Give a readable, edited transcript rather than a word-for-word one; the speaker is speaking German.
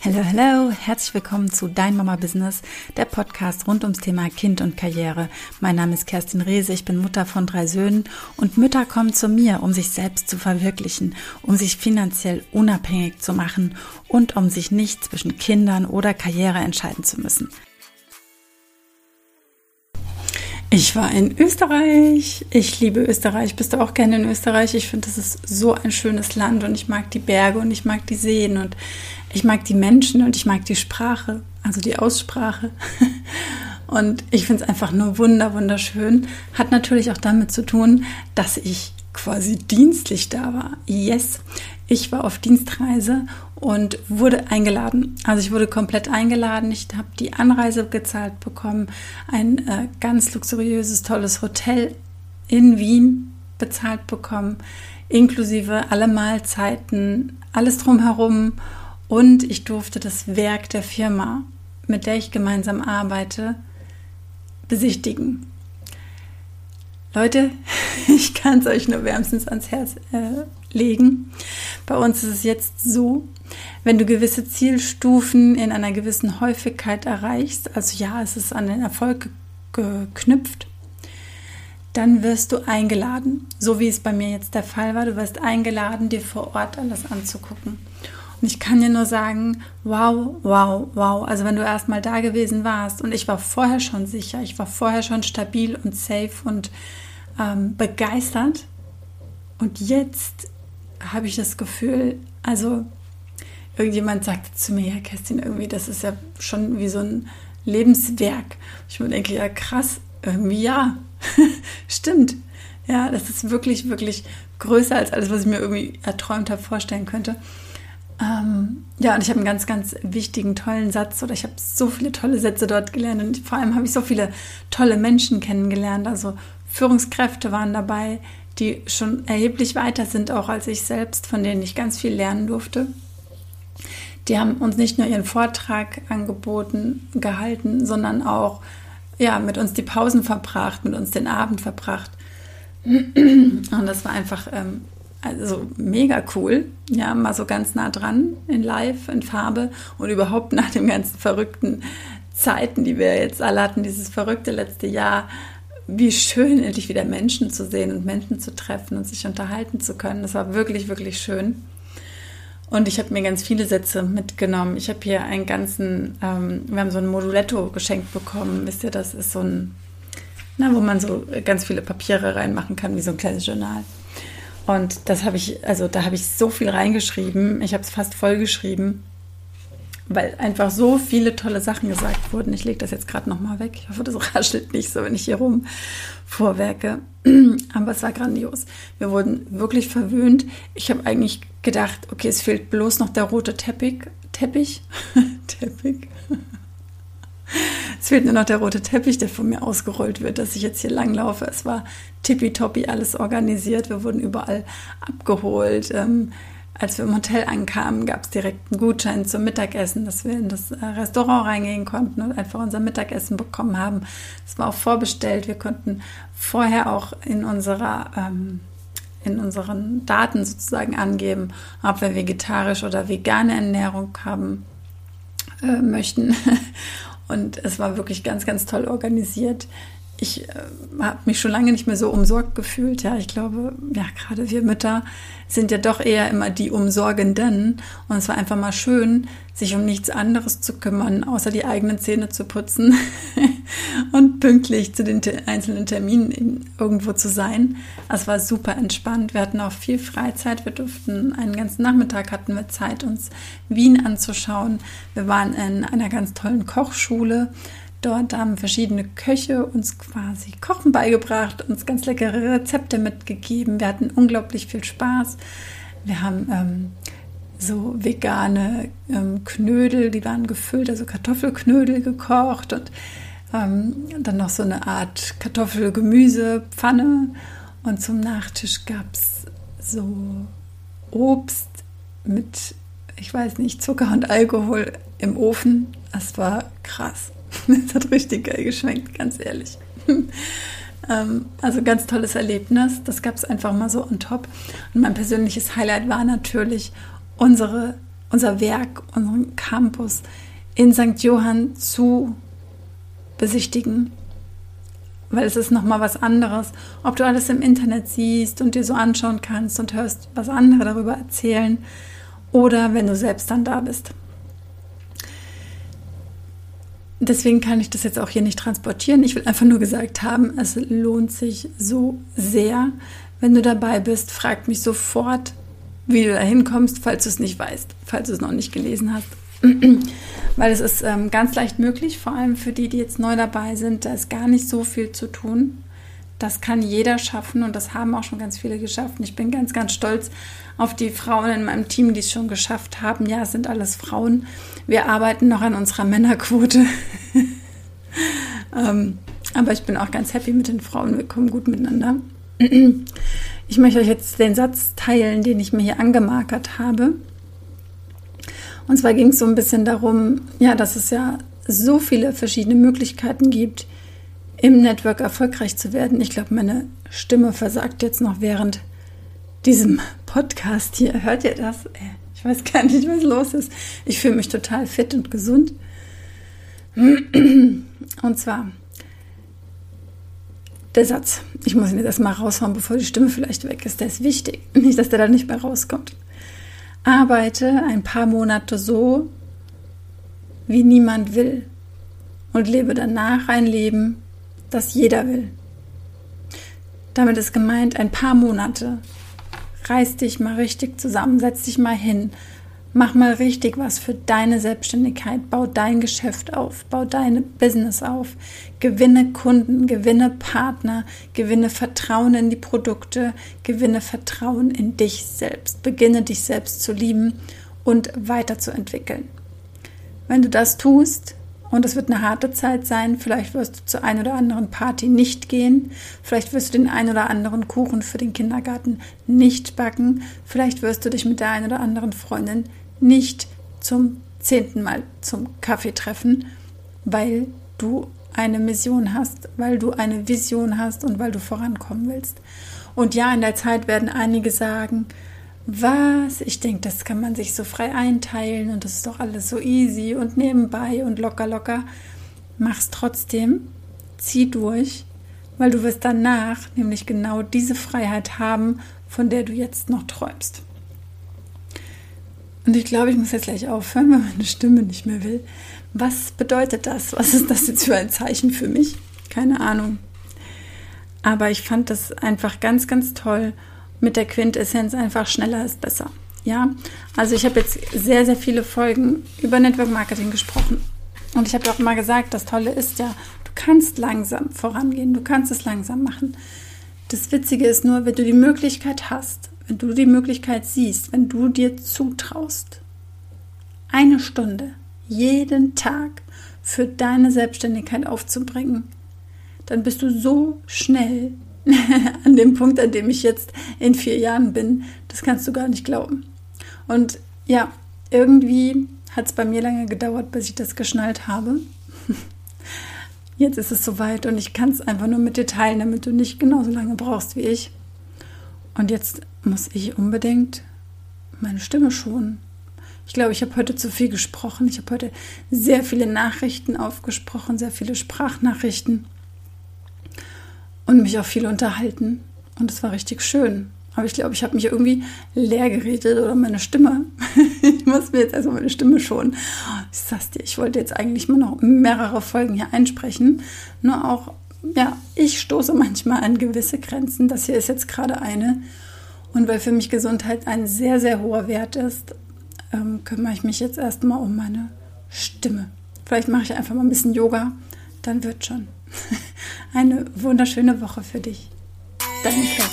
Hallo, hallo, herzlich willkommen zu Dein Mama Business, der Podcast rund ums Thema Kind und Karriere. Mein Name ist Kerstin Rehse, ich bin Mutter von 3 Söhnen und Mütter kommen zu mir, um sich selbst zu verwirklichen, um sich finanziell unabhängig zu machen und um sich nicht zwischen Kindern oder Karriere entscheiden zu müssen. Ich war in Österreich. Ich liebe Österreich. Bist du auch gerne in Österreich? Ich finde, das ist so ein schönes Land und ich mag die Berge und ich mag die Seen und ich mag die Menschen und ich mag die Sprache, also die Aussprache. Und ich finde es einfach nur wunderschön. Hat natürlich auch damit zu tun, dass ich quasi dienstlich da war. Yes, ich war auf Dienstreise und wurde eingeladen. Also ich wurde komplett eingeladen. Ich habe die Anreise gezahlt bekommen, ein ganz luxuriöses, tolles Hotel in Wien bezahlt bekommen, inklusive alle Mahlzeiten, alles drumherum. Und ich durfte das Werk der Firma, mit der ich gemeinsam arbeite, besichtigen. Leute, ich kann es euch nur wärmstens ans Herz legen. Bei uns ist es jetzt so, wenn du gewisse Zielstufen in einer gewissen Häufigkeit erreichst, also ja, es ist an den Erfolg geknüpft, dann wirst du eingeladen, so wie es bei mir jetzt der Fall war. Du wirst eingeladen, dir vor Ort alles anzugucken. Und ich kann dir nur sagen, wow. Also wenn du erstmal da gewesen warst und ich war vorher schon sicher, ich war vorher schon stabil und safe und begeistert. Und jetzt habe ich das Gefühl, also irgendjemand sagte zu mir, ja Kerstin, irgendwie, das ist ja schon wie so ein Lebenswerk. Ich mir denke, ja krass, irgendwie ja, stimmt. Ja, das ist wirklich größer als alles, was ich mir irgendwie erträumt habe, vorstellen könnte. Ja, und ich habe einen ganz wichtigen, tollen Satz, oder ich habe so viele tolle Sätze dort gelernt und vor allem habe ich so viele tolle Menschen kennengelernt, also Führungskräfte waren dabei, die schon erheblich weiter sind, auch als ich selbst, von denen ich ganz viel lernen durfte. Die haben uns nicht nur ihren Vortrag gehalten, sondern auch ja, mit uns die Pausen verbracht, mit uns den Abend verbracht. Und das war einfach also mega cool, ja, mal so ganz nah dran, in Live, in Farbe und überhaupt nach den ganzen verrückten Zeiten, die wir jetzt alle hatten, dieses verrückte letzte Jahr, wie schön, endlich wieder Menschen zu sehen und Menschen zu treffen und sich unterhalten zu können. Das war wirklich schön. Und ich habe mir ganz viele Sätze mitgenommen. Ich habe hier einen ganzen, wir haben so ein Moduletto geschenkt bekommen, wisst ihr, das ist so ein, wo man so ganz viele Papiere reinmachen kann, wie so ein kleines Journal. Und das habe ich, also da habe ich so viel reingeschrieben. Ich habe es fast vollgeschrieben, weil einfach so viele tolle Sachen gesagt wurden. Ich lege das jetzt gerade nochmal weg. Ich hoffe, das raschelt nicht so, wenn ich hier rum vorwerke. Aber es war grandios. Wir wurden wirklich verwöhnt. Ich habe eigentlich gedacht, okay, es fehlt bloß noch der rote Teppich. Teppich. Es fehlt nur noch der rote Teppich, der von mir ausgerollt wird, dass ich jetzt hier langlaufe. Es war tippitoppi, alles organisiert. Wir wurden überall abgeholt. Als wir im Hotel ankamen, gab es direkt einen Gutschein zum Mittagessen, dass wir in das Restaurant reingehen konnten und einfach unser Mittagessen bekommen haben. Es war auch vorbestellt. Wir konnten vorher auch in unseren Daten sozusagen angeben, ob wir vegetarische oder vegane Ernährung haben möchten. Und es war wirklich ganz toll organisiert. Ich habe mich schon lange nicht mehr so umsorgt gefühlt. Ja, ich glaube, ja, gerade wir Mütter sind ja doch eher immer die Umsorgenden. Und es war einfach mal schön, sich um nichts anderes zu kümmern, außer die eigenen Zähne zu putzen und pünktlich zu den einzelnen Terminen irgendwo zu sein. Es war super entspannt. Wir hatten auch viel Freizeit. Wir durften einen ganzen Nachmittag hatten wir Zeit, uns Wien anzuschauen. Wir waren in einer ganz tollen Kochschule. Dort haben verschiedene Köche uns quasi Kochen beigebracht, uns ganz leckere Rezepte mitgegeben. Wir hatten unglaublich viel Spaß. Wir haben so vegane Knödel, die waren gefüllt, also Kartoffelknödel gekocht und dann noch so eine Art Kartoffel-Gemüse-Pfanne. Und zum Nachtisch gab es so Obst mit, ich weiß nicht, Zucker und Alkohol im Ofen. Das war krass. Das hat richtig geil geschmeckt, ganz ehrlich. Also ganz tolles Erlebnis. Das gab es einfach mal so on top. Und mein persönliches Highlight war natürlich unsere unser Werk, unseren Campus in St. Johann zu besichtigen. Weil es ist nochmal was anderes, ob du alles im Internet siehst und dir so anschauen kannst und hörst, was andere darüber erzählen, oder wenn du selbst dann da bist. Deswegen kann ich das jetzt auch hier nicht transportieren. Ich will einfach nur gesagt haben, es lohnt sich so sehr. Wenn du dabei bist, frag mich sofort, wie du da hinkommst, falls du es nicht weißt, falls du es noch nicht gelesen hast. Weil es ist ganz leicht möglich, vor allem für die jetzt neu dabei sind, da ist gar nicht so viel zu tun. Das kann jeder schaffen und das haben auch schon ganz viele geschafft. Und ich bin ganz, ganz stolz auf die Frauen in meinem Team, die es schon geschafft haben. Ja, es sind alles Frauen. Wir arbeiten noch an unserer Männerquote. Aber ich bin auch ganz happy mit den Frauen. Wir kommen gut miteinander. Ich möchte euch jetzt den Satz teilen, den ich mir hier angemarkert habe. Und zwar ging es so ein bisschen darum, ja, dass es ja so viele verschiedene Möglichkeiten gibt, im Network erfolgreich zu werden. Ich glaube, meine Stimme versagt jetzt noch während diesem Podcast hier. Hört ihr das? Ich weiß gar nicht, was los ist. Ich fühle mich total fit und gesund. Und zwar der Satz. Ich muss ihn jetzt erstmal raushauen, bevor die Stimme vielleicht weg ist. Der ist wichtig. Nicht, dass der da nicht mehr rauskommt. Arbeite ein paar Monate so, wie niemand will, und lebe danach ein Leben, das jeder will. Damit ist gemeint, ein paar Monate. Reiß dich mal richtig zusammen, setz dich mal hin, mach mal richtig was für deine Selbstständigkeit, bau dein Geschäft auf, bau dein Business auf, gewinne Kunden, gewinne Partner, gewinne Vertrauen in die Produkte, gewinne Vertrauen in dich selbst, beginne dich selbst zu lieben und weiterzuentwickeln. Wenn du das tust, und es wird eine harte Zeit sein, vielleicht wirst du zur ein oder anderen Party nicht gehen, vielleicht wirst du den ein oder anderen Kuchen für den Kindergarten nicht backen, vielleicht wirst du dich mit der ein oder anderen Freundin nicht zum 10. Mal zum Kaffee treffen, weil du eine Mission hast, weil du eine Vision hast und weil du vorankommen willst. Und ja, in der Zeit werden einige sagen, was? Ich denke, das kann man sich so frei einteilen und das ist doch alles so easy und nebenbei und locker. Mach's trotzdem, zieh durch, weil du wirst danach nämlich genau diese Freiheit haben, von der du jetzt noch träumst. Und ich glaube, ich muss jetzt gleich aufhören, weil meine Stimme nicht mehr will. Was bedeutet das? Was ist das jetzt für ein Zeichen für mich? Keine Ahnung. Aber ich fand das einfach ganz, ganz toll. Mit der Quintessenz einfach schneller ist besser. Ja, also ich habe jetzt sehr, sehr viele Folgen über Network Marketing gesprochen. Und ich habe auch immer gesagt, das Tolle ist ja, du kannst langsam vorangehen, du kannst es langsam machen. Das Witzige ist nur, wenn du die Möglichkeit hast, wenn du die Möglichkeit siehst, wenn du dir zutraust, 1 Stunde jeden Tag für deine Selbstständigkeit aufzubringen, dann bist du so schnell an dem Punkt, an dem ich jetzt in 4 Jahren bin, das kannst du gar nicht glauben. Und ja, irgendwie hat es bei mir lange gedauert, bis ich das geschnallt habe. Jetzt ist es soweit und ich kann es einfach nur mit dir teilen, damit du nicht genauso lange brauchst wie ich. Und jetzt muss ich unbedingt meine Stimme schonen. Ich glaube, ich habe heute zu viel gesprochen. Ich habe heute sehr viele Nachrichten aufgesprochen, sehr viele Sprachnachrichten. Und mich auch viel unterhalten. Und es war richtig schön. Aber ich glaube, ich habe mich irgendwie leer geredet oder meine Stimme. Ich muss mir jetzt erstmal meine Stimme schonen. Ich sag's dir, ich wollte jetzt eigentlich mal noch mehrere Folgen hier einsprechen. Nur auch, ja, ich stoße manchmal an gewisse Grenzen. Das hier ist jetzt gerade eine. Und weil für mich Gesundheit ein sehr, sehr hoher Wert ist, kümmere ich mich jetzt erstmal um meine Stimme. Vielleicht mache ich einfach mal ein bisschen Yoga. Dann wird schon. Eine wunderschöne Woche für dich. Deine Claudia.